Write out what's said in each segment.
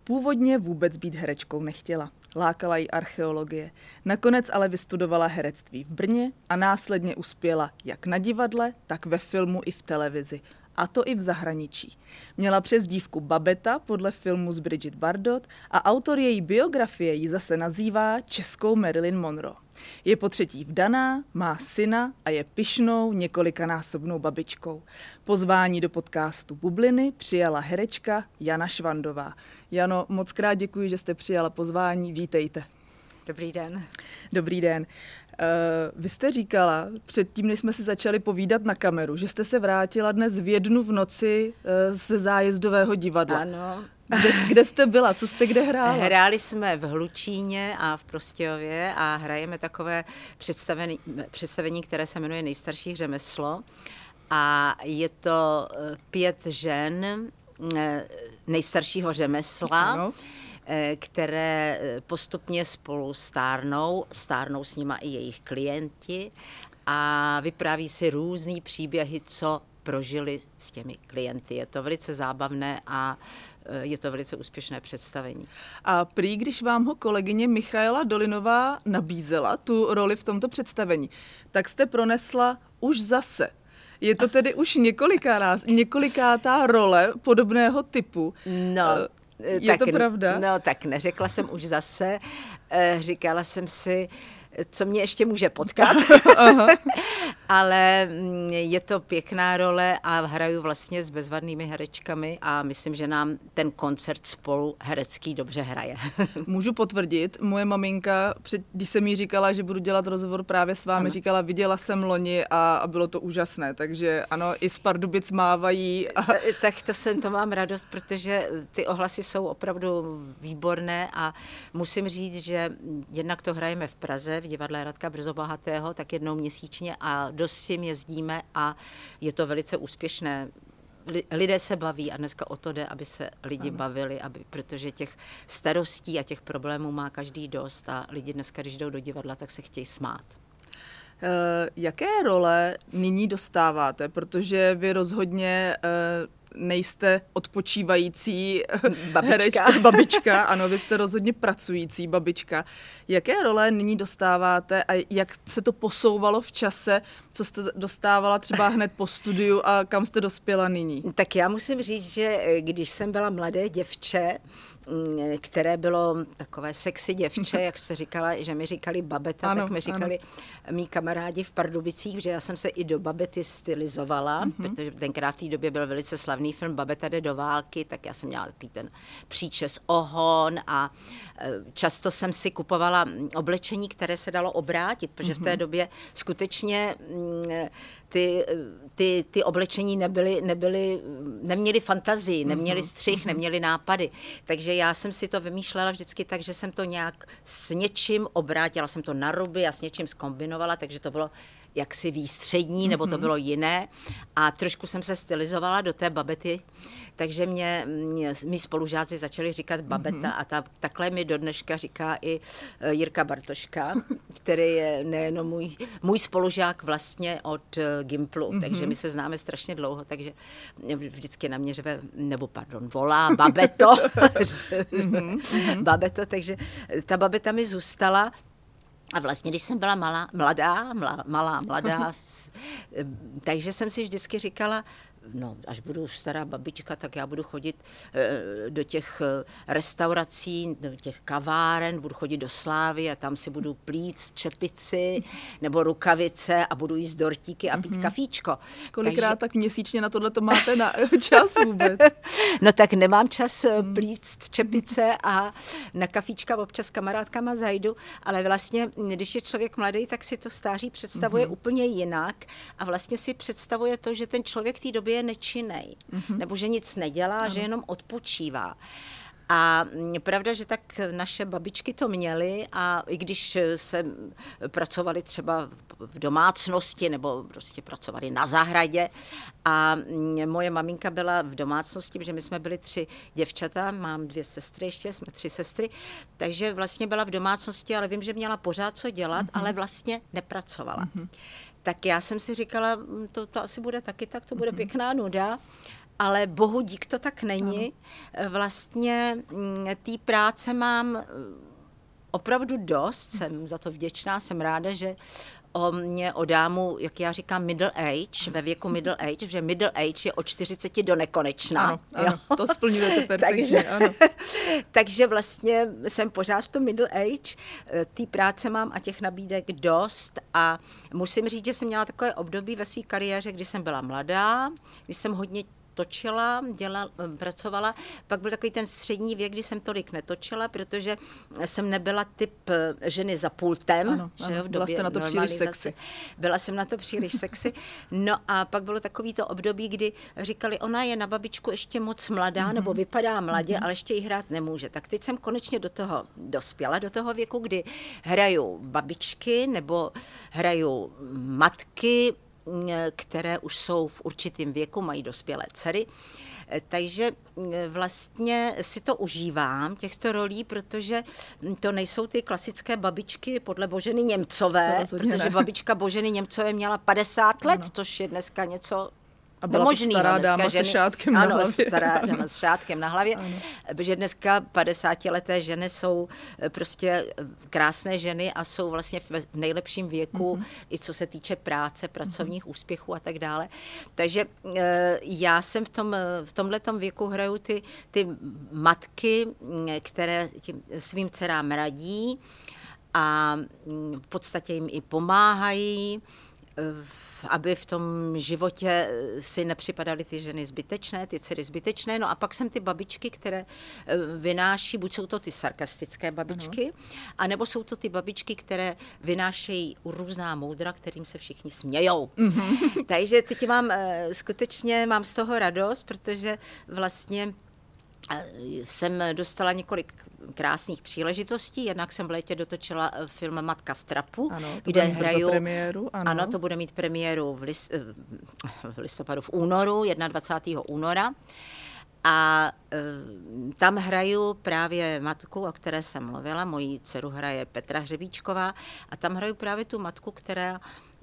Původně vůbec být herečkou nechtěla. Lákala jí archeologie. Nakonec ale vystudovala herectví v Brně a následně uspěla jak na divadle, tak ve filmu i v televizi. A to i v zahraničí. Měla přezdívku Babeta podle filmu s Bridget Bardot a autor její biografie ji zase nazývá českou Marilyn Monroe. Je potřetí vdaná, má syna a je pyšnou několikanásobnou babičkou. Pozvání do podcastu Bubliny přijala herečka Jana Švandová. Jano, moc krát děkuji, že jste přijala pozvání. Vítejte. Dobrý den. Dobrý den. Vy jste říkala, předtím, než jsme si začali povídat na kameru, že jste se vrátila dnes v 1 v noci ze zájezdového divadla. Ano. Kde jste byla? Co jste kde hrála? Hráli jsme v Hlučíně a v Prostějově a hrajeme takové představení, které se jmenuje Nejstarší řemeslo. A je to 5 žen nejstaršího řemesla, ano, které postupně spolu stárnou s nima i jejich klienti a vypráví si různý příběhy, co prožili s těmi klienty. Je to velice zábavné a je to velice úspěšné představení. A prý, když vám ho kolegyně Michaela Dolinová nabízela, tu roli v tomto představení, tak jste pronesla už zase. Je to tedy už několikátá role podobného typu. No, je to pravda? No, tak neřekla jsem už zase. Říkala jsem si, co mě ještě může potkat. Ale je to pěkná role a hraju vlastně s bezvadnými herečkami a myslím, že nám ten koncert spolu herecký dobře hraje. Můžu potvrdit, moje maminka, když jsem jí říkala, že budu dělat rozhovor právě s vámi, ano, říkala, viděla jsem loni a bylo to úžasné, takže ano, i z Pardubic mávají. Tak to mám radost, protože ty ohlasy jsou opravdu výborné a musím říct, že jednak to hrajeme v Praze, v divadle Radka Brzobohatého, tak 1 měsíčně a dost s tím jezdíme a je to velice úspěšné. Lidé se baví a dneska o to jde, aby se lidi bavili, protože těch starostí a těch problémů má každý dost a lidi dneska, když jdou do divadla, tak se chtějí smát. Jaké role nyní dostáváte? Protože vy rozhodně nejste odpočívající babička, ano, vy jste rozhodně pracující babička. Jaké role nyní dostáváte a jak se to posouvalo v čase, co jste dostávala třeba hned po studiu a kam jste dospěla nyní? Tak já musím říct, že když jsem byla mladé děvče, které bylo takové sexy děvče, jak jste říkala, že mi říkali babeta, ano, tak mi říkali mý kamarádi v Pardubicích, že já jsem se i do babety stylizovala, protože tenkrát v té době byl velice slavný film Babeta jde do války, tak já jsem měla takový ten příčes ohon a často jsem si kupovala oblečení, které se dalo obrátit, protože v té době skutečně ty oblečení neměly fantazii, neměly střih, neměly nápady. Takže já jsem si to vymýšlela vždycky tak, že jsem to nějak s něčím obrátila, jsem to na ruby a s něčím zkombinovala, takže to bylo jaksi výstřední, nebo to bylo jiné. A trošku jsem se stylizovala do té babety, takže mý spolužáci začali říkat babeta a takhle mi do dneška říká i Jirka Bartoška, který je nejenom můj spolužák vlastně od Gimplu, takže my se známe strašně dlouho, takže vždycky na mě volá babeto, babeto, takže ta babeta mi zůstala. A vlastně, když jsem byla mladá, takže jsem si vždycky říkala, no, až budu stará babička, tak já budu chodit do těch restaurací, do těch kaváren, budu chodit do Slávy a tam si budu plíct čepici nebo rukavice a budu jíst dortíky a pít kafíčko. Kolikrát tak měsíčně na tohle to máte čas vůbec? No tak nemám čas plíct čepice a na kafíčka občas s kamarádkama zajdu, ale vlastně, když je člověk mladý, tak si to stáří představuje úplně jinak a vlastně si představuje to, že ten člověk v té době je nečinnej, nebo že nic nedělá, že jenom odpočívá. A pravda, že tak naše babičky to měly a i když se pracovali třeba v domácnosti nebo prostě pracovali na zahradě a moje maminka byla v domácnosti, protože my jsme byli 3 děvčata, mám 2 sestry ještě, jsme 3 sestry, takže vlastně byla v domácnosti, ale vím, že měla pořád co dělat, ale vlastně nepracovala. Tak já jsem si říkala, to asi bude taky tak, to bude pěkná nuda. ale bohu dík to tak není. Vlastně té práce mám opravdu dost, jsem za to vděčná, jsem ráda, že o dámu, jak já říkám, middle age, ve věku middle age, že middle age je od 40 do nekonečna. Ano, to splňujete perfektně, ano. Takže vlastně jsem pořád v tom middle age, té práce mám a těch nabídek dost a musím říct, že jsem měla takové období ve své kariéře, kdy jsem byla mladá, kdy jsem hodně točila, pracovala, pak byl takový ten střední věk, kdy jsem tolik netočila, protože jsem nebyla typ ženy za pultem. Ano, že v byla jste na to příliš sexy. Byla jsem na to příliš sexy. No a pak bylo takový to období, kdy říkali, ona je na babičku ještě moc mladá, nebo vypadá mladě, ale ještě jí hrát nemůže. Tak teď jsem konečně do toho dospěla, do toho věku, kdy hraju babičky, nebo hraju matky, které už jsou v určitém věku, mají dospělé dcery. Takže vlastně si to užívám, těchto rolí, protože to nejsou ty klasické babičky podle Boženy Němcové, protože babička Boženy Němcové měla 50 let, což je dneska něco a byla to stará dáma se šátkem na hlavě. Ano, stará dáma s šátkem na hlavě, protože dneska 50leté ženy jsou prostě krásné ženy a jsou vlastně v nejlepším věku, i co se týče práce, pracovních úspěchů a tak dále. Takže já jsem v tomhletom věku hraju ty matky, které svým dcerám radí a v podstatě jim i pomáhají, aby v tom životě si nepřipadaly ty ženy zbytečné, ty dcery zbytečné. No a pak jsem ty babičky, které vynáší, buď jsou to ty sarkastické babičky, anebo jsou to ty babičky, které vynášejí různá moudra, kterým se všichni smějou. Takže teď skutečně mám z toho radost, protože vlastně jsem dostala několik krásných příležitostí. Jednak jsem v létě dotočila film Matka v trapu, kde hraju premiéru. Ano, to bude mít premiéru v listopadu, v únoru, 21. února. A tam hraju právě matku, o které jsem mluvila. Mojí dceru hraje Petra Hřebíčková a tam hraju právě tu matku, která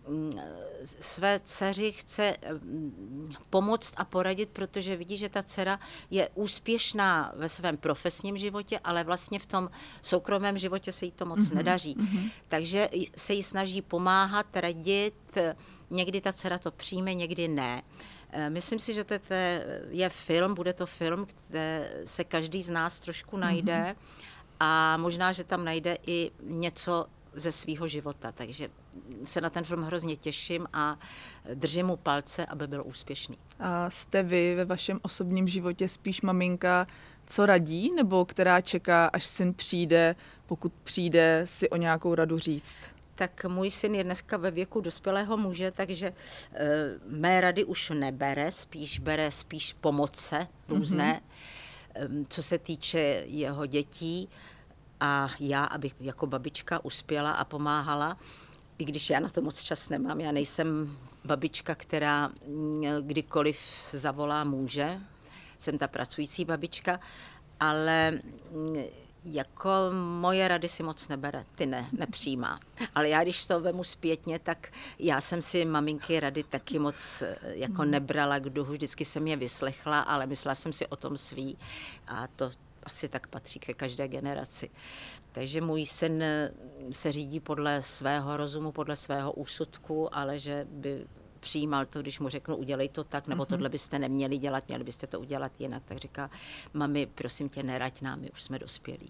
své dceři chce pomoct a poradit, protože vidí, že ta dcera je úspěšná ve svém profesním životě, ale vlastně v tom soukromém životě se jí to moc nedaří. Takže se jí snaží pomáhat, radit, někdy ta dcera to přijme, někdy ne. Myslím si, že to je film, bude to film, kde se každý z nás trošku najde a možná, že tam najde i něco ze svýho života, takže se na ten film hrozně těším a držím mu palce, aby byl úspěšný. A jste vy ve vašem osobním životě spíš maminka, co radí, nebo která čeká, až syn přijde, pokud přijde, si o nějakou radu říct? Tak můj syn je dneska ve věku dospělého muže, takže mé rady už nebere, bere spíš pomoce různé, co se týče jeho dětí, a já, abych jako babička uspěla a pomáhala, i když já na to moc čas nemám. Já nejsem babička, která kdykoliv zavolá muže. Jsem ta pracující babička, ale jako moje rady si moc nebere, ty nepřijímá. Ale já, když to vemu zpětně, tak já jsem si maminky rady taky moc jako nebrala k duhu. Vždycky jsem je vyslechla, ale myslela jsem si o tom svý a to asi tak patří ke každé generaci. Takže můj syn se řídí podle svého rozumu, podle svého úsudku, ale že by přijímal to, když mu řeknu, udělej to tak, nebo tohle byste neměli dělat, měli byste to udělat jinak. Tak říká, mami, prosím tě, neraď nám, my už jsme dospělí.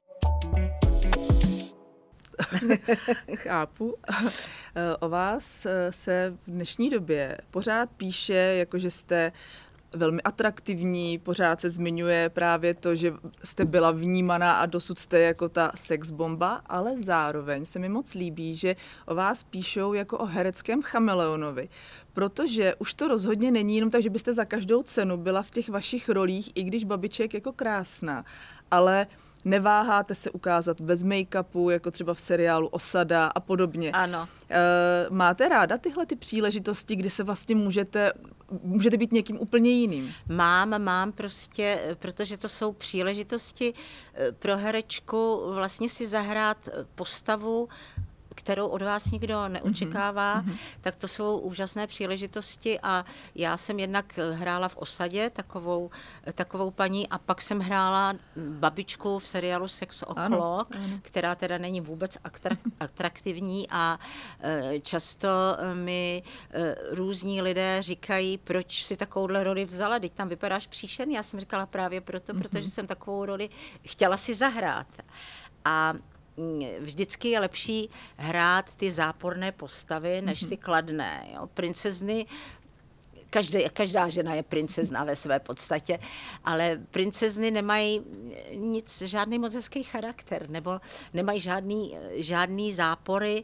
Chápu. O vás se v dnešní době pořád píše, jakože jste velmi atraktivní, pořád se zmiňuje právě to, že jste byla vnímaná a dosud jste jako ta sexbomba, ale zároveň se mi moc líbí, že o vás píšou jako o hereckém chameleonovi, protože už to rozhodně není jenom tak, že byste za každou cenu byla v těch vašich rolích, i když babiček jako krásná, ale neváháte se ukázat bez make-upu, jako třeba v seriálu Osada a podobně. Ano. Máte ráda tyhle ty příležitosti, kdy se vlastně můžete být někým úplně jiným? Mám prostě, protože to jsou příležitosti pro herečku vlastně si zahrát postavu, kterou od vás nikdo neočekává, tak to jsou úžasné příležitosti a já jsem jednak hrála v Osadě takovou paní a pak jsem hrála babičku v seriálu Sex O'Clock, která teda není vůbec atraktivní a často mi různí lidé říkají, proč si takovouhle roli vzala, teď tam vypadáš příšerně. Já jsem říkala právě proto, protože jsem takovou roli chtěla si zahrát. A vždycky je lepší hrát ty záporné postavy, než ty kladné. Jo? Princezny, každá žena je princezna ve své podstatě, ale princezny nemají žádný moc hezký charakter, nebo nemají žádný zápory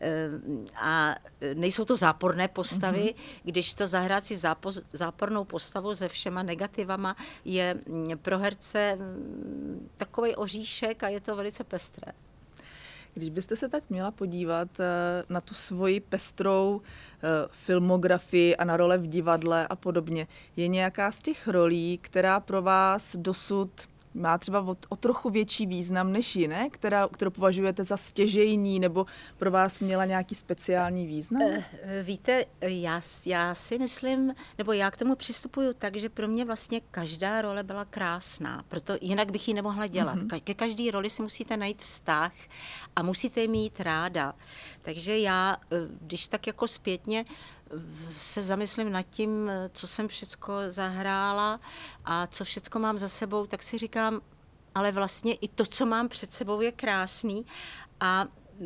a nejsou to záporné postavy, když to zahrát si zápornou postavu se všema negativama je pro herce takovej oříšek a je to velice pestré. Když byste se tak měla podívat na tu svoji pestrou filmografii a na role v divadle a podobně, je nějaká z těch rolí, která pro vás dosud má třeba o trochu větší význam než jiné, kterou považujete za stěžejní nebo pro vás měla nějaký speciální význam? Víte, já si myslím, nebo já k tomu přistupuju tak, že pro mě vlastně každá role byla krásná, proto jinak bych ji nemohla dělat. Ke každé roli si musíte najít vztah a musíte ji mít ráda. Takže já, když tak jako zpětně se zamyslím nad tím, co jsem všecko zahrála a co všecko mám za sebou, tak si říkám, ale vlastně i to, co mám před sebou, je krásný a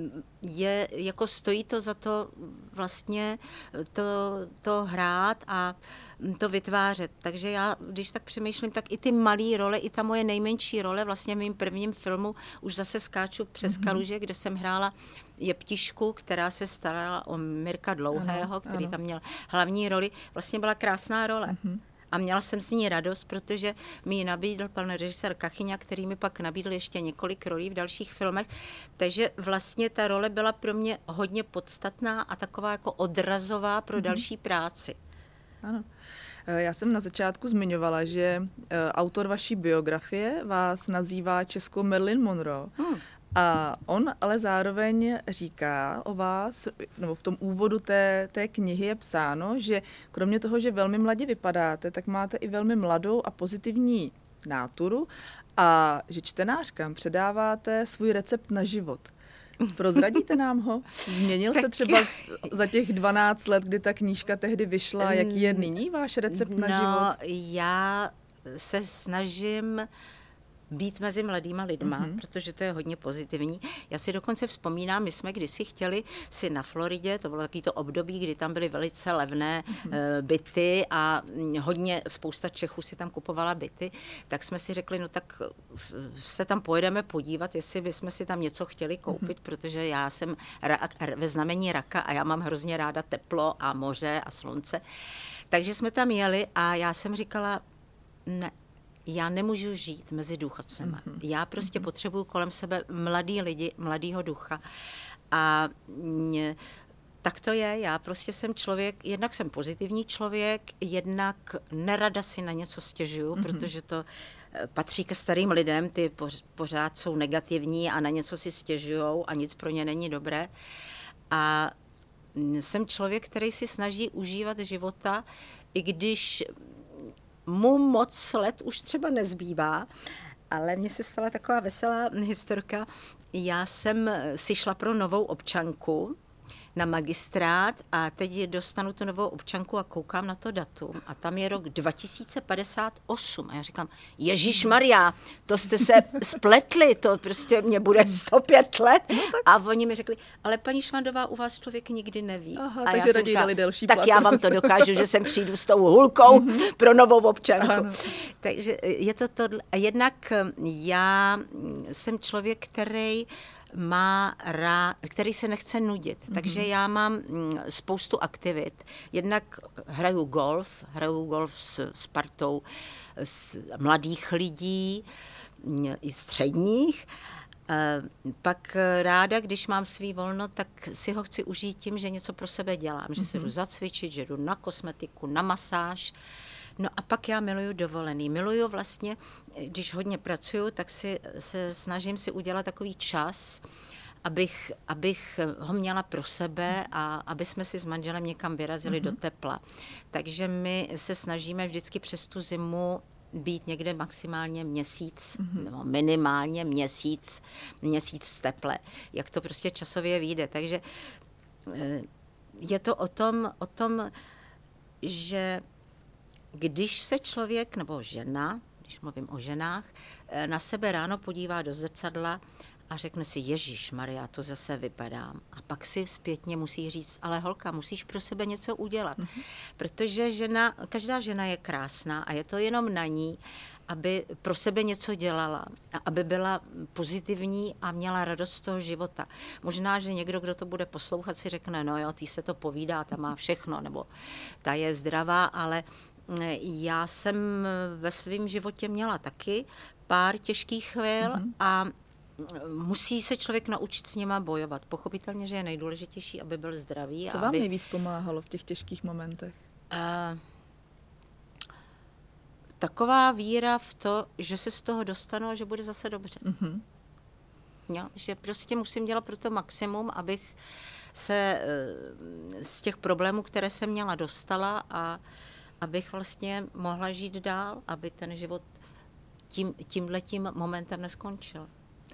jako stojí to za to vlastně to hrát a to vytvářet. Takže já, když tak přemýšlím, tak i ty malé role, i ta moje nejmenší role, vlastně v mým prvním filmu už zase skáču přes Kaluže, kde jsem hrála jeptišku, která se starala o Mirka Dlouhého, který tam měl hlavní roli. Vlastně byla krásná role. A měla jsem s ní radost, protože mi ji nabídl pan režisér Kachyňa, který mi pak nabídl ještě několik rolí v dalších filmech. Takže vlastně ta role byla pro mě hodně podstatná a taková jako odrazová pro další práci. Ano. Já jsem na začátku zmiňovala, že autor vaší biografie vás nazývá českou Marilyn Monroe. A on ale zároveň říká o vás, nebo v tom úvodu té knihy je psáno, že kromě toho, že velmi mladě vypadáte, tak máte i velmi mladou a pozitivní náturu a že čtenářkám předáváte svůj recept na život. Prozradíte nám ho? Změnil se třeba za těch 12 let, kdy ta knížka tehdy vyšla? Jaký je nyní váš recept na život? Já se snažím být mezi mladýma lidma, protože to je hodně pozitivní. Já si dokonce vzpomínám, my jsme kdysi chtěli si na Floridě, to bylo takový to období, kdy tam byly velice levné byty a spousta Čechů si tam kupovala byty, tak jsme si řekli, no tak se tam pojedeme podívat, jestli bychom si tam něco chtěli koupit, protože já jsem ve znamení raka a já mám hrozně ráda teplo a moře a slunce. Takže jsme tam jeli a já jsem říkala, ne, já nemůžu žít mezi důchodcema. Já prostě potřebuju kolem sebe mladý lidi, mladýho ducha. A tak to je. Já prostě jsem člověk, jednak jsem pozitivní člověk, jednak nerada si na něco stěžuju, protože to patří ke starým lidem, ty pořád jsou negativní a na něco si stěžujou a nic pro ně není dobré. A jsem člověk, který si snaží užívat života, i když mu moc let už třeba nezbývá, ale mně se stala taková veselá historka. Já jsem si šla pro novou občanku na magistrát a teď dostanu tu novou občanku a koukám na to datum a tam je rok 2058 a já říkám, Ježišmarja, to jste se spletli, to prostě mě bude 105 let a oni mi řekli, ale paní Švandová, u vás člověk nikdy neví. Aha, a takže raději dali delší tak plat. Já vám to dokážu, že sem přijdu s tou hulkou pro novou občanku. Ano. Takže je to tohle. Jednak já jsem člověk, který se nechce nudit. Takže já mám spoustu aktivit. Jednak hraju golf s partou mladých lidí, i středních. Pak ráda, když mám svý volno, tak si ho chci užít tím, že něco pro sebe dělám. Že se jdu zacvičit, že jdu na kosmetiku, na masáž. No a pak já miluju dovolený. Miluju vlastně, když hodně pracuju, tak se snažím si udělat takový čas abych ho měla pro sebe a aby jsme si s manželem někam vyrazili do tepla. Takže my se snažíme vždycky přes tu zimu být někde maximálně měsíc, nebo minimálně měsíc v teple, jak to prostě časově vyjde. Takže je to o tom, že když se člověk nebo žena, když mluvím o ženách, na sebe ráno podívá do zrcadla a řekne si, Ježíš Maria, to zase vypadám. A pak si zpětně musí říct, ale holka, musíš pro sebe něco udělat. Protože každá žena je krásná a je to jenom na ní, aby pro sebe něco dělala a aby byla pozitivní a měla radost z toho života. Možná, že někdo, kdo to bude poslouchat, si řekne, no jo, tý se to povídá, ta má všechno, nebo ta je zdravá, ale já jsem ve svém životě měla taky pár těžkých chvil a musí se člověk naučit s nima bojovat. Pochopitelně, že je nejdůležitější, aby byl zdravý. Co vám nejvíc pomáhalo v těch těžkých momentech? Taková víra v to, že se z toho dostanu a že bude zase dobře. Jo, že prostě musím dělat pro to maximum, abych se z těch problémů, které jsem měla, dostala a abych vlastně mohla žít dál, aby ten život tímhletím momentem neskončil.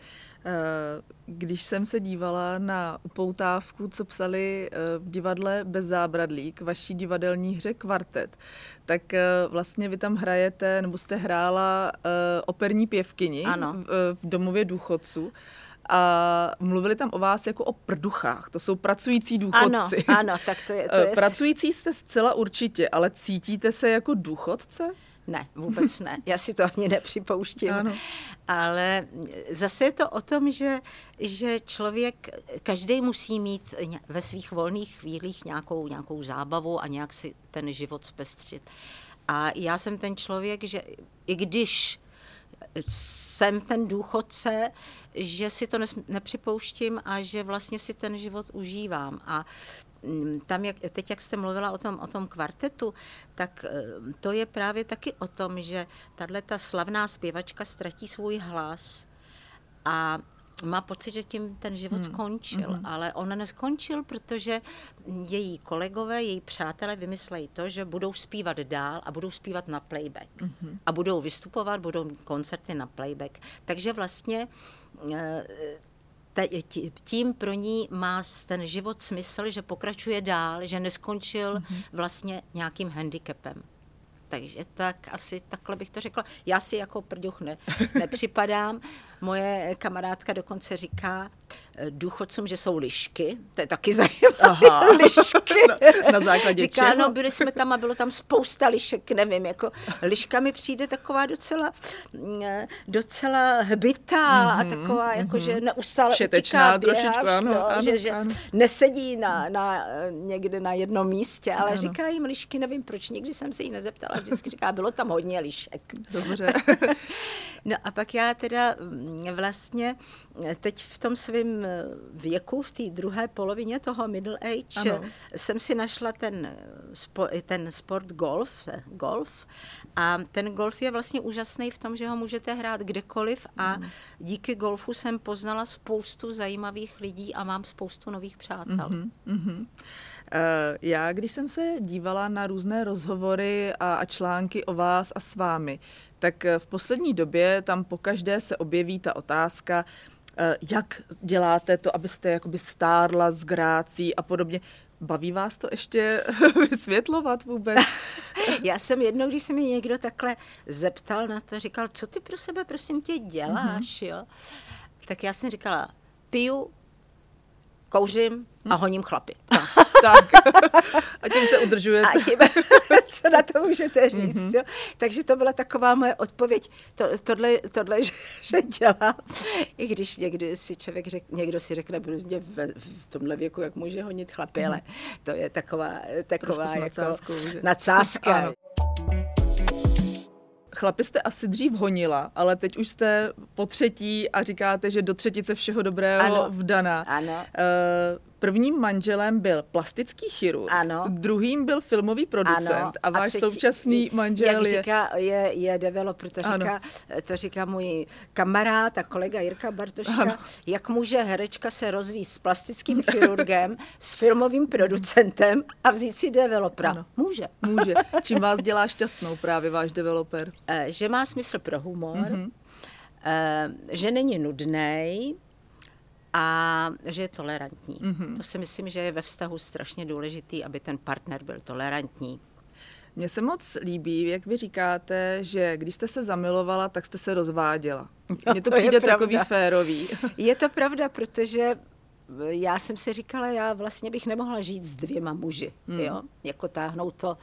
Když jsem se dívala na upoutávku, co psali v divadle Bez zábradlí k vaší divadelní hře Kvartet, tak vlastně vy tam hrajete, nebo jste hrála operní pěvkyni v domově důchodců. A mluvili tam o vás jako o prduchách. To jsou pracující důchodci. Ano, tak to je... Pracující jste zcela určitě, ale cítíte se jako důchodce? Ne, vůbec ne. Já si to ani nepřipouštím. Ano. Ale zase je to o tom, že člověk, každý musí mít ve svých volných chvílích nějakou zábavu a nějak si ten život zpestřit. A já jsem ten člověk, že i když jsem ten důchodce, že si to nepřipouštím a že vlastně si ten život užívám. A tam, jak jste mluvila o tom kvartetu, tak to je právě taky o tom, že tato slavná zpěvačka ztratí svůj hlas a má pocit, že tím ten život skončil, ale on neskončil, protože její kolegové, její přátelé vymyslejí to, že budou zpívat dál a budou zpívat na playback. A budou vystupovat, budou mít koncerty na playback. Takže vlastně tím pro ní má ten život smysl, že pokračuje dál, že neskončil vlastně nějakým handicapem. Takže tak asi takhle bych to řekla. Já si jako prduch nepřipadám. Moje kamarádka dokonce říká důchodcům, že jsou lišky. To je taky zajímavé. Lišky. Na základě říká, čeho? no byli jsme tam a bylo tam spousta lišek, nevím, jako liška mi přijde taková docela hbitá a taková, jako že neustále všetečná utíká, běháš, trošičku, ano, že nesedí někde na jednom místě, ale říká jim lišky, nevím proč, nikdy jsem se jí nezeptala, vždycky říká, bylo tam hodně lišek. Dobře. No a pak já teda vlastně teď v tom svém věku, v té druhé polovině toho middle age, jsem si našla ten sport golf a ten golf je vlastně úžasný v tom, že ho můžete hrát kdekoliv a díky golfu jsem poznala spoustu zajímavých lidí a mám spoustu nových přátel. Já, když jsem se dívala na různé rozhovory a články o vás a s vámi, tak v poslední době tam pokaždé se objeví ta otázka, jak děláte to, abyste jakoby stárla s grácí a podobně. Baví vás to ještě vysvětlovat vůbec? Já jsem jednou, když se mi někdo takhle zeptal na to, říkal, co ty pro sebe, prosím tě, děláš, jo? Tak já jsem říkala, piju, kouřím a honím chlapy. Tak. A tím se udržujete. A tím, co na to můžete říct. Jo? Takže to byla taková moje odpověď. Tohle že dělám. I když někdy si někdo si řekne, mě v tomhle věku, jak může honit chlapy, ale to je taková jako nadsázka. Chlapi jste asi dřív honila, ale teď už jste po třetí a říkáte, že do třetice všeho dobrého vdaná. Ano. prvním manželem byl plastický chirurg, ano. druhým byl filmový producent ano. a váš současný manžel je developer, to říká můj kamarád a kolega Jirka Bartoška, jak může herečka se rozvíjet s plastickým chirurgem, s filmovým producentem a vzít si developera. Ano. Může. Čím vás dělá šťastnou právě váš developer? Že má smysl pro humor, že není nudnej a že je tolerantní. To si myslím, že je ve vztahu strašně důležitý, aby ten partner byl tolerantní. Mně se moc líbí, jak vy říkáte, že když jste se zamilovala, tak jste se rozváděla. Mně to přijde takový férový. Je to pravda, protože já jsem si říkala, já vlastně bych nemohla žít s 2 muži, jo? Jako táhnout to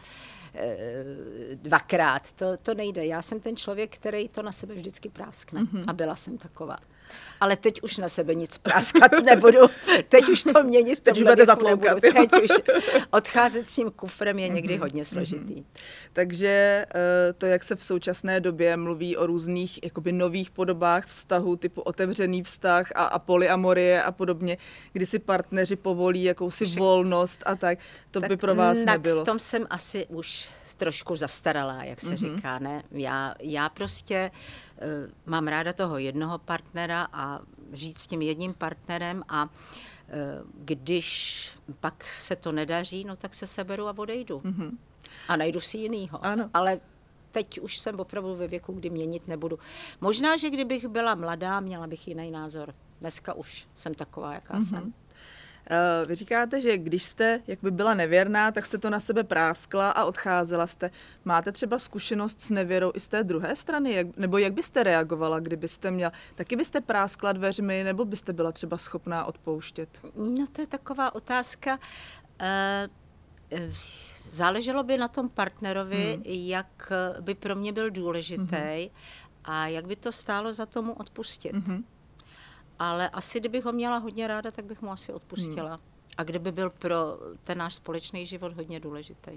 2krát, to nejde. Já jsem ten člověk, který to na sebe vždycky práskne a byla jsem taková. Ale teď už na sebe nic práskat nebudu, teď už to měnit. Teď už budete zatloukat. Teď už odcházet s tím kufrem je někdy hodně složitý. Takže to, jak se v současné době mluví o různých jakoby nových podobách vztahu, typu otevřený vztah a polyamorie a podobně, kdy si partneři povolí jakousi volnost a tak, to by pro vás nebylo. V tom jsem asi už trošku zastaralá, jak se říká, ne? Já prostě mám ráda toho jednoho partnera a žít s tím jedním partnerem a když pak se to nedaří, no tak se seberu a odejdu. A najdu si jinýho. Ano. Ale teď už jsem opravdu ve věku, kdy měnit nebudu. Možná, že kdybych byla mladá, měla bych jiný názor. Dneska už jsem taková, jaká jsem. Vy říkáte, že když jste jakby byla nevěrná, tak jste to na sebe práskla a odcházela jste. Máte třeba zkušenost s nevěrou i z té druhé strany? Nebo jak byste reagovala, kdybyste měla? Taky byste práskla dveřmi, nebo byste byla třeba schopná odpouštět? No to je taková otázka. Záleželo by na tom partnerovi, jak by pro mě byl důležitý a jak by to stálo za tomu odpustit. Ale asi, kdybych ho měla hodně ráda, tak bych mu asi odpustila. A kdyby byl pro ten náš společný život hodně důležitý.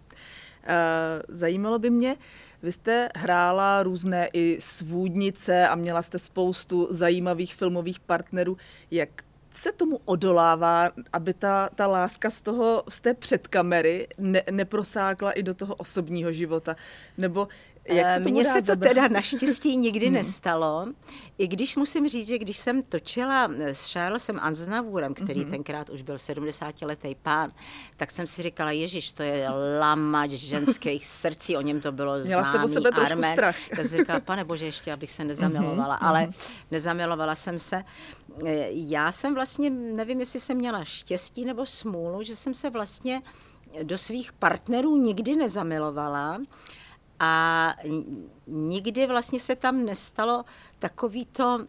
Zajímalo by mě, vy jste hrála různé i svůdnice a měla jste spoustu zajímavých filmových partnerů. Jak se tomu odolává, aby ta láska z té předkamery neprosákla i do toho osobního života? Nebo mně se to teda naštěstí nikdy nestalo. I když musím říct, že když jsem točila s Charlesem Aznavourem, který tenkrát už byl 70letý pán, tak jsem si říkala, ježiš, to je lamač ženských srdcí, o něm to bylo známý. Měla jste o sebe trošku strach. Tak jsem si říkala, pane bože, ještě abych se nezamilovala, ale nezamilovala jsem se. Já jsem vlastně, nevím, jestli jsem měla štěstí nebo smůlu, že jsem se vlastně do svých partnerů nikdy nezamilovala. A nikdy vlastně se tam nestalo takový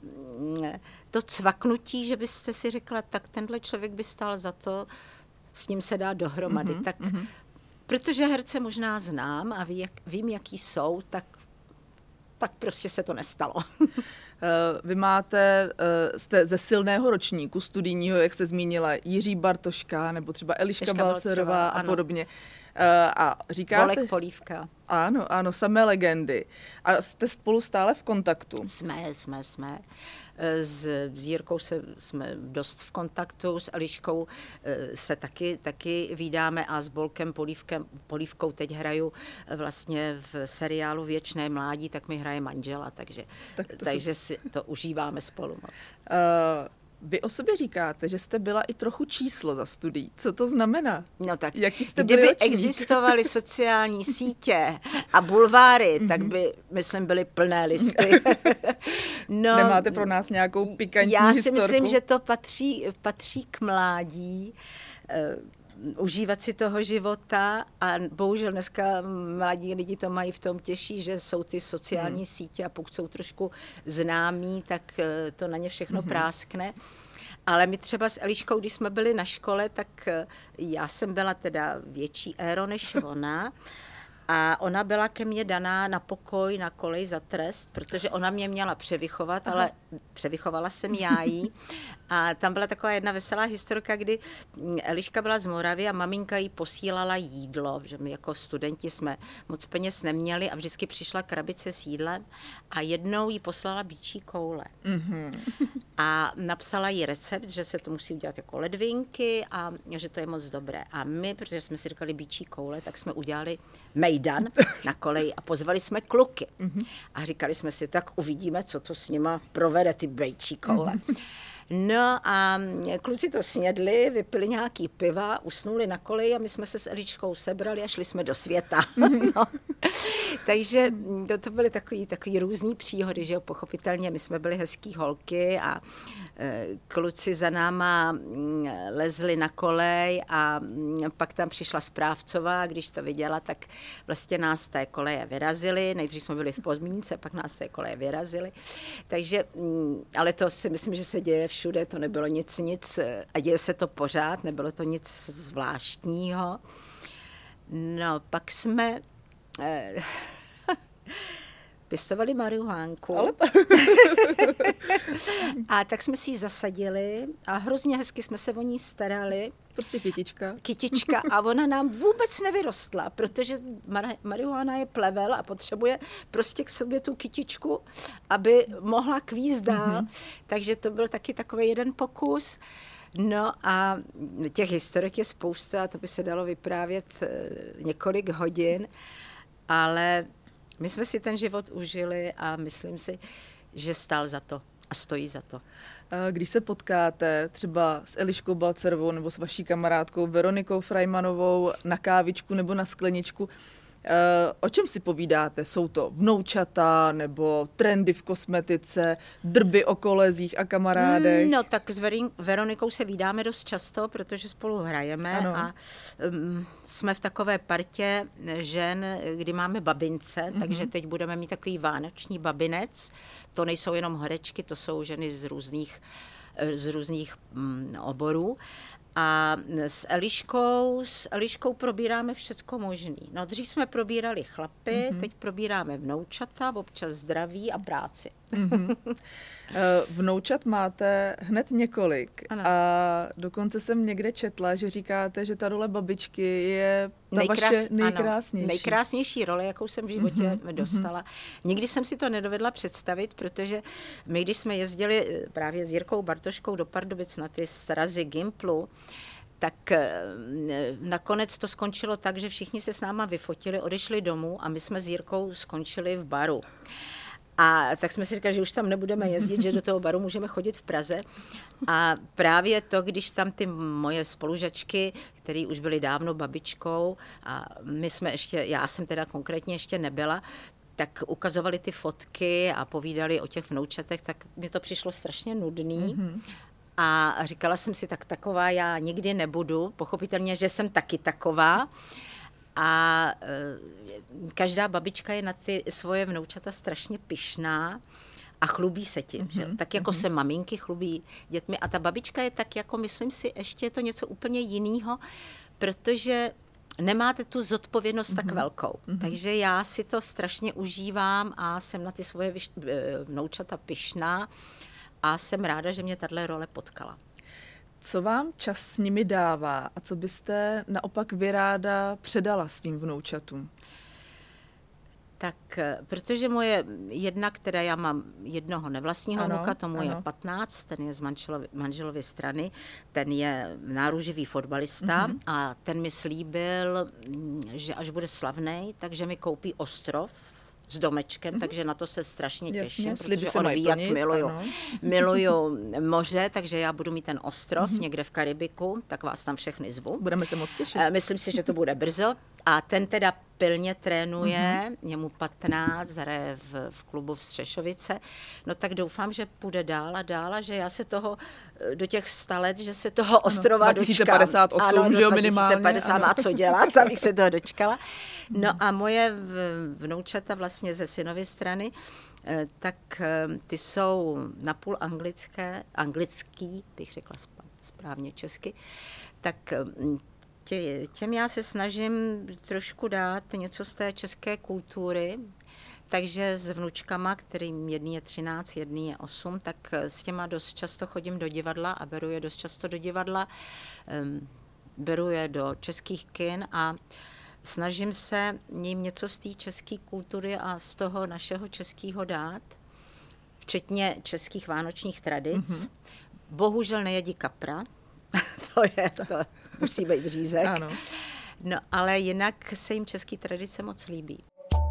to cvaknutí, že byste si řekla, tak tenhle člověk by stál za to, s ním se dá dohromady. Protože herce možná znám a vím, jaký jsou, tak prostě se to nestalo. Vy jste ze silného ročníku studijního, jak jste zmínila, Jiří Bartoška nebo třeba Eliška Balcerová a podobně. A říkáte... Bolek Polívka. Ano, samé legendy. A jste spolu stále v kontaktu? Jsme. S Jirkou jsme dost v kontaktu, s Eliškou se taky vídáme a s Bolkem Polívkou teď hraju vlastně v seriálu Věčné mládí, tak mi hraje manžela, takže si to užíváme spolu moc. Vy o sobě říkáte, že jste byla i trochu číslo za studií. Co to znamená? No tak, jaký jste kdyby existovaly sociální sítě a bulváry, tak by, myslím, byly plné listy. No, nemáte pro nás nějakou pikantní historku? Já si historku? myslím, že to patří k mládí. Užívat si toho života a bohužel dneska mladí lidi to mají v tom těžší, že jsou ty sociální sítě a pokud jsou trošku známí, tak to na ně všechno práskne. Ale my třeba s Eliškou, když jsme byli na škole, tak já jsem byla teda větší éro než ona a ona byla ke mně daná na pokoj, na kolej za trest, protože ona mě měla převychovat, ale převychovala jsem já jí. A tam byla taková jedna veselá historka, kdy Eliška byla z Moravy a maminka jí posílala jídlo, že my jako studenti jsme moc peněz neměli a vždycky přišla krabice s jídlem a jednou jí poslala býčí koule. A napsala jí recept, že se to musí udělat jako ledvinky a že to je moc dobré. A my, protože jsme si říkali býčí koule, tak jsme udělali mejdan na koleji a pozvali jsme kluky. A říkali jsme si, tak uvidíme, co to s nima provede ty býčí koule. No a kluci to snědli, vypili nějaký piva, usnuli na koleji a my jsme se s Eličkou sebrali a šli jsme do světa. No. Takže to byly takový různý příhody, že jo, pochopitelně my jsme byli hezký holky a kluci za náma lezli na kolej a pak tam přišla správcová a když to viděla, tak vlastně nás té koleje vyrazili, nejdřív jsme byli v podmínce, pak nás té koleje vyrazili. Takže, ale to si myslím, že se děje všude, to nebylo nic a děje se to pořád, nebylo to nic zvláštního. No, pak jsme pěstovali marihuánku. Ale... A tak jsme si ji zasadili a hrozně hezky jsme se o ní starali. Prostě kytička. Kytička a ona nám vůbec nevyrostla, protože marihuana je plevel a potřebuje prostě k sobě tu kytičku, aby mohla kvízt dál. Takže to byl taky takový jeden pokus. No a těch historek je spousta, to by se dalo vyprávět několik hodin, ale my jsme si ten život užili a myslím si, že stál za to a stojí za to. Když se potkáte třeba s Eliškou Balcerovou nebo s vaší kamarádkou Veronikou Frajmanovou na kávičku nebo na skleničku, o čem si povídáte? Jsou to vnoučata nebo trendy v kosmetice, drby o kolezích a kamarádech? No tak s Veronikou se vídáme dost často, protože spolu hrajeme a jsme v takové partě žen, kdy máme babince, takže teď budeme mít takový vánoční babinec. To nejsou jenom horečky, to jsou ženy z různých oborů. A s Eliškou probíráme všecko možný. No dřív jsme probírali chlapy, teď probíráme vnoučata, občas zdraví a práci. Vnoučat máte hned několik. Ano. A dokonce jsem někde četla, že říkáte, že ta role babičky je ta vaše nejkrásnější. Ano, nejkrásnější role, jakou jsem v životě dostala. Nikdy jsem si to nedovedla představit, protože my, když jsme jezdili právě s Jirkou Bartoškou do Pardubic na ty srazy Gimplu, tak nakonec to skončilo tak, že všichni se s náma vyfotili, odešli domů a my jsme s Jirkou skončili v baru. A tak jsme si říkali, že už tam nebudeme jezdit, že do toho baru můžeme chodit v Praze. A právě to, když tam ty moje spolužačky, které už byly dávno babičkou, a my jsme já jsem teda konkrétně ještě nebyla, tak ukazovali ty fotky a povídali o těch vnoučatech, tak mi to přišlo strašně nudný. A říkala jsem si, tak taková já nikdy nebudu. Pochopitelně, že jsem taky taková. A každá babička je na ty svoje vnoučata strašně pyšná a chlubí se tím. Že? Tak jako se maminky chlubí dětmi. A ta babička je tak jako, myslím si, ještě je to něco úplně jiného, protože nemáte tu zodpovědnost tak velkou. Takže já si to strašně užívám a jsem na ty svoje vnoučata pyšná a jsem ráda, že mě tato role potkala. Co vám čas s nimi dává a co byste naopak vy ráda předala svým vnoučatům? Tak, protože moje jedna, která já mám jednoho nevlastního vnuka, tomu je 15, ten je z manželovy strany, ten je náruživý fotbalista a ten mi slíbil, že až bude slavnej, takže mi koupí ostrov s domečkem, takže na to se strašně těším, protože on ví, jak miluju moře, takže já budu mít ten ostrov někde v Karibiku, tak vás tam všechny zvu. Budeme se moc těšit. Myslím si, že to bude brzo. A ten teda pilně trénuje, je mu 15, hraje v klubu v Střešovice, no tak doufám, že půjde dál a že já se toho do těch 100 let, že se toho ostrova 2058, dočkám. Ano, že jo, minimálně. 2050 má co dělat, abych se toho dočkala. No a moje vnoučata vlastně ze synovy strany, tak ty jsou napůl anglický, bych řekla správně česky, tak těm já se snažím trošku dát něco z té české kultury, takže s vnučkama, kterým jedný je 13, jedný je 8, tak s těma dost často chodím do divadla a beru je dost často do divadla. Beru je do českých kin a snažím se jim něco z té české kultury a z toho našeho českého dát, včetně českých vánočních tradic. Bohužel nejedí kapra, to musí být řízek. Ano. No, ale jinak se jim český tradice moc líbí.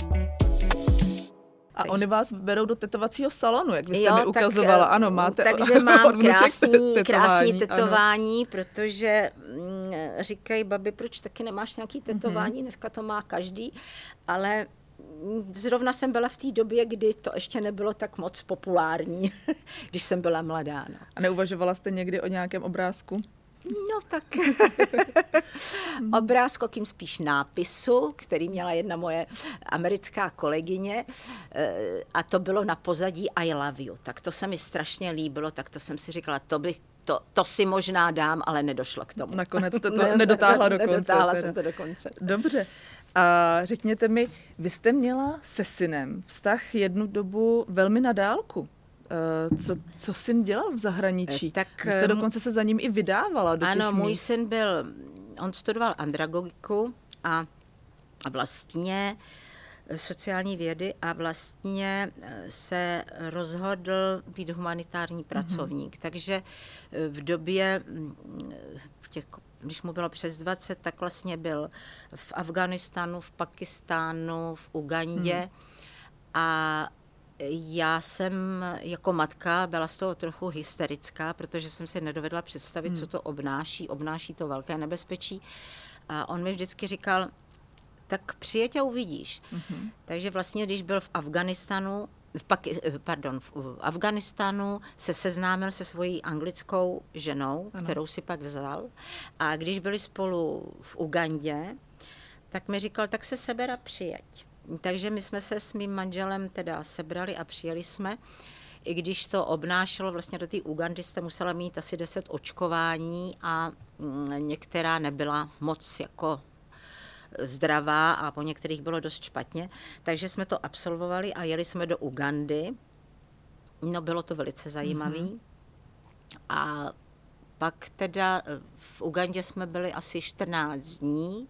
A oni vás berou do tetovacího salonu, jak vy jste mi ukazovala. Ano, máte takže mám krásný tetování, ano. Protože říkají, babi, proč taky nemáš nějaký tetování, dneska to má každý, ale zrovna jsem byla v té době, kdy to ještě nebylo tak moc populární, když jsem byla mladá. No. A neuvažovala jste někdy o nějakém obrázku? No tak obrázko, kým spíš nápisu, který měla jedna moje americká kolegyně a to bylo na pozadí I love you. Tak to se mi strašně líbilo, tak to jsem si říkala, to si možná dám, ale nedošlo k tomu. Nakonec jste to nedotáhla do konce. Nedotáhla jsem to do konce. Dobře. A řekněte mi, vy jste měla se synem vztah jednu dobu velmi na dálku. Co syn dělal v zahraničí? Tak, vy jste dokonce se za ním i vydávala do těch Ano, můj míst. syn on studoval andragogiku a vlastně sociální vědy a vlastně se rozhodl být humanitární pracovník. Takže v době, když mu bylo přes 20, tak vlastně byl v Afghánistánu, v Pakistánu, v Ugandě a já jsem jako matka byla z toho trochu hysterická, protože jsem si nedovedla představit, co to obnáší. Obnáší to velké nebezpečí. A on mi vždycky říkal, tak přijeď a uvidíš. Takže vlastně, když byl v Afghánistánu se seznámil se svojí anglickou ženou, kterou si pak vzal. A když byli spolu v Ugandě, tak mi říkal, tak se seber a přijeď. Takže my jsme se s mým manželem teda sebrali a přijeli jsme, i když to obnášelo vlastně do té Ugandy, jste musela mít asi 10 očkování a některá nebyla moc jako zdravá a po některých bylo dost špatně. Takže jsme to absolvovali a jeli jsme do Ugandy. No bylo to velice zajímavé. A pak teda v Ugandě jsme byli asi 14 dní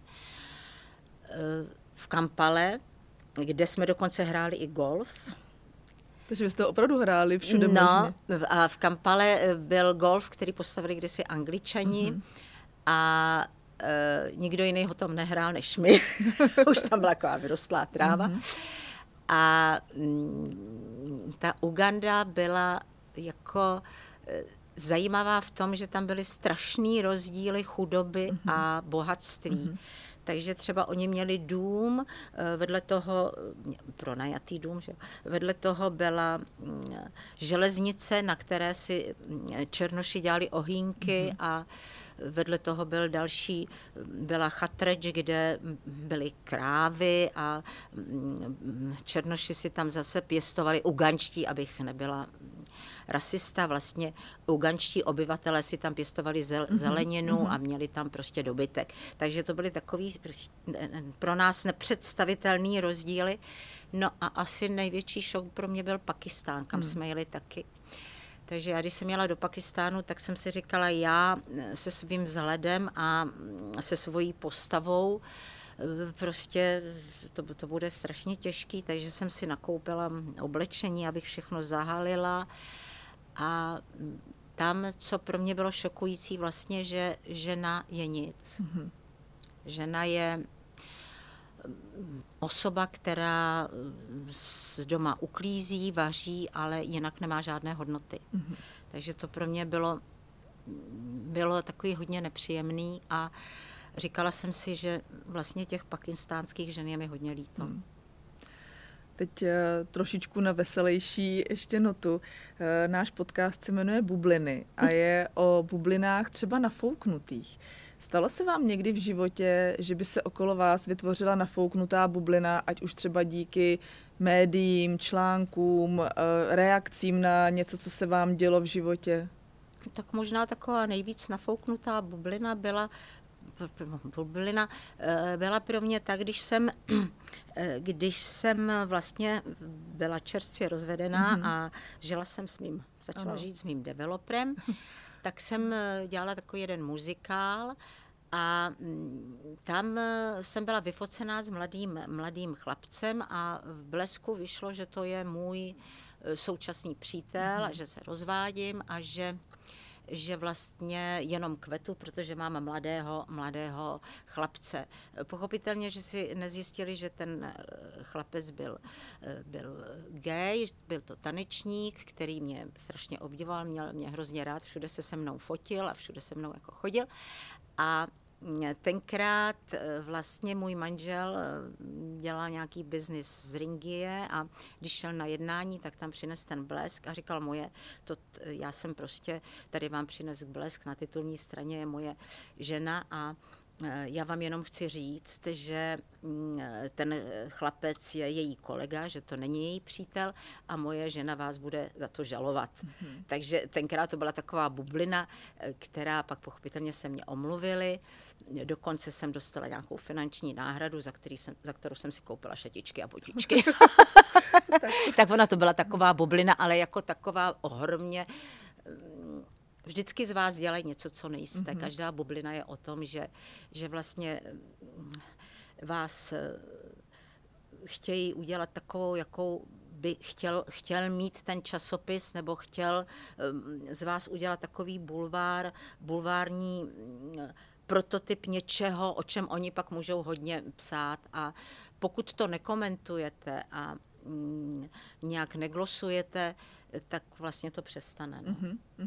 v Kampale, kde jsme dokonce hráli i golf. Takže vy jste opravdu hráli všude možně. No, a v Kampale byl golf, který postavili kdysi Angličani a nikdo jiný ho tam nehrál než my. Už tam byla taková vyrostlá tráva. A ta Uganda byla jako zajímavá v tom, že tam byly strašný rozdíly chudoby a bohatství. Takže třeba oni měli dům, vedle toho, pronajatý dům, že? Vedle toho byla železnice, na které si černoši dělali ohýnky a vedle toho byla chatreč, kde byly krávy a černoši si tam zase pěstovali ugančtí, abych nebyla rasista, vlastně ugančtí obyvatelé si tam pěstovali zeleninu a měli tam prostě dobytek. Takže to byly takový pro nás nepředstavitelný rozdíly. No a asi největší šok pro mě byl Pakistán, kam jsme jeli taky. Takže já, když jsem jela do Pakistánu, tak jsem si říkala, já se svým vzhledem a se svojí postavou prostě to bude strašně těžký, takže jsem si nakoupila oblečení, abych všechno zahalila. A tam, co pro mě bylo šokující, vlastně, že žena je nic. Žena je osoba, která z doma uklízí, vaří, ale jinak nemá žádné hodnoty. Takže to pro mě bylo takový hodně nepříjemný a říkala jsem si, že vlastně těch pakistánských žen je mi hodně líto. Teď trošičku na veselější ještě notu. Náš podcast se jmenuje Bubliny a je o bublinách třeba nafouknutých. Stalo se vám někdy v životě, že by se okolo vás vytvořila nafouknutá bublina, ať už třeba díky médiím, článkům, reakcím na něco, co se vám dělo v životě? Tak možná taková nejvíc nafouknutá bublina byla pro mě tak, když jsem Když jsem vlastně byla čerstvě rozvedená a začala žít s mým developerem, tak jsem dělala takový jeden muzikál a tam jsem byla vyfocená s mladým chlapcem a v Blesku vyšlo, že to je můj současný přítel a že se rozvádím a že vlastně jenom kvetu, protože mám mladého chlapce. Pochopitelně, že si nezjistili, že ten chlapec byl gay, byl to tanečník, který mě strašně obdivoval, měl mě hrozně rád, všude se mnou fotil a všude se mnou jako chodil. A tenkrát vlastně můj manžel dělal nějaký biznis z Ringie a když šel na jednání, tak tam přines ten blesk a říkal já jsem prostě, tady vám přines blesk, na titulní straně je moje žena a já vám jenom chci říct, že ten chlapec je její kolega, že to není její přítel a moje žena vás bude za to žalovat. Takže tenkrát to byla taková bublina, která pak pochopitelně se mě omluvili. Dokonce jsem dostala nějakou finanční náhradu, za kterou jsem si koupila šatičky a botičky. Tak ona to byla taková bublina, ale jako taková ohromně. Vždycky z vás dělají něco, co nejste. Každá bublina je o tom, že vlastně vás chtějí udělat takovou, jakou by chtěl mít ten časopis, nebo chtěl z vás udělat takový bulvární prototyp něčeho, o čem oni pak můžou hodně psát. A pokud to nekomentujete a nějak neglosujete, tak vlastně to přestane. No.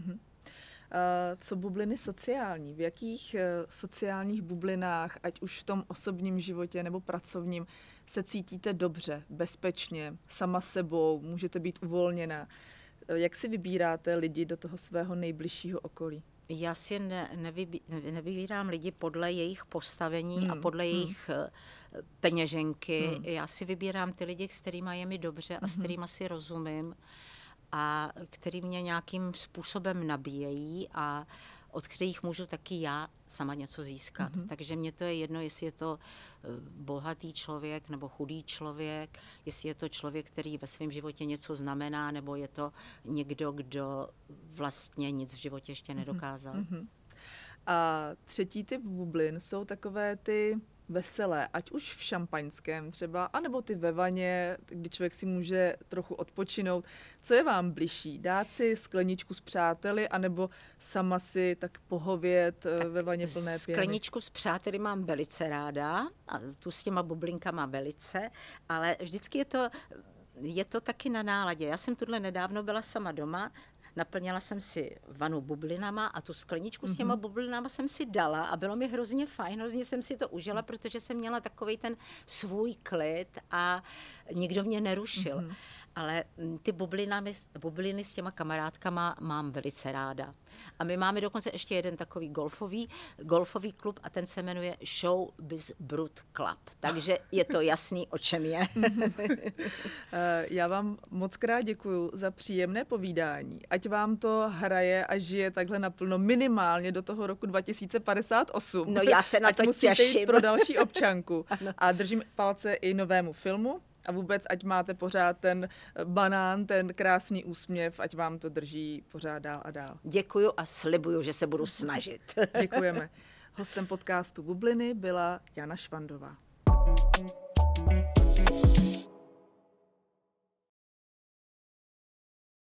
Co bubliny sociální? V jakých sociálních bublinách, ať už v tom osobním životě nebo pracovním, se cítíte dobře, bezpečně, sama sebou, můžete být uvolněná? Jak si vybíráte lidi do toho svého nejbližšího okolí? Já si nevybírám lidi podle jejich postavení a podle jejich peněženky. Já si vybírám ty lidi, s kterými je mi dobře a s kterými si rozumím a který mě nějakým způsobem nabíjejí a od kterých můžu taky já sama něco získat. Takže mně to je jedno, jestli je to bohatý člověk nebo chudý člověk, jestli je to člověk, který ve svém životě něco znamená, nebo je to někdo, kdo vlastně nic v životě ještě nedokázal. A třetí typ bublin jsou takové ty veselé, ať už v šampaňském třeba, anebo ty ve vaně, kdy člověk si může trochu odpočinout. Co je vám bližší? Dát si skleničku s přáteli, anebo sama si tak pohovět ve vaně plné pěny? Skleničku s přáteli mám velice ráda, a tu s těma bublinkama velice, ale vždycky je to taky na náladě. Já jsem tuhle nedávno byla sama doma, naplnila jsem si vanu bublinama a tu skleničku s těma bublinama jsem si dala a bylo mi hrozně fajn, hrozně jsem si to užila, protože jsem měla takovej ten svůj klid a nikdo mě nerušil. Ale ty bubliny s těma kamarádkama mám velice ráda. A my máme dokonce ještě jeden takový golfový klub a ten se jmenuje Showbiz Brut Club. Takže je to jasný, o čem je. Já vám moc krát děkuju za příjemné povídání. Ať vám to hraje a žije takhle naplno minimálně do toho roku 2058. No já se na to těším. Musíte jít pro další občanku. A držím palce i novému filmu. A vůbec, ať máte pořád ten banán, ten krásný úsměv, ať vám to drží pořád dál a dál. Děkuju a slibuju, že se budu snažit. Děkujeme. Hostem podcastu Bubliny byla Jana Švandová.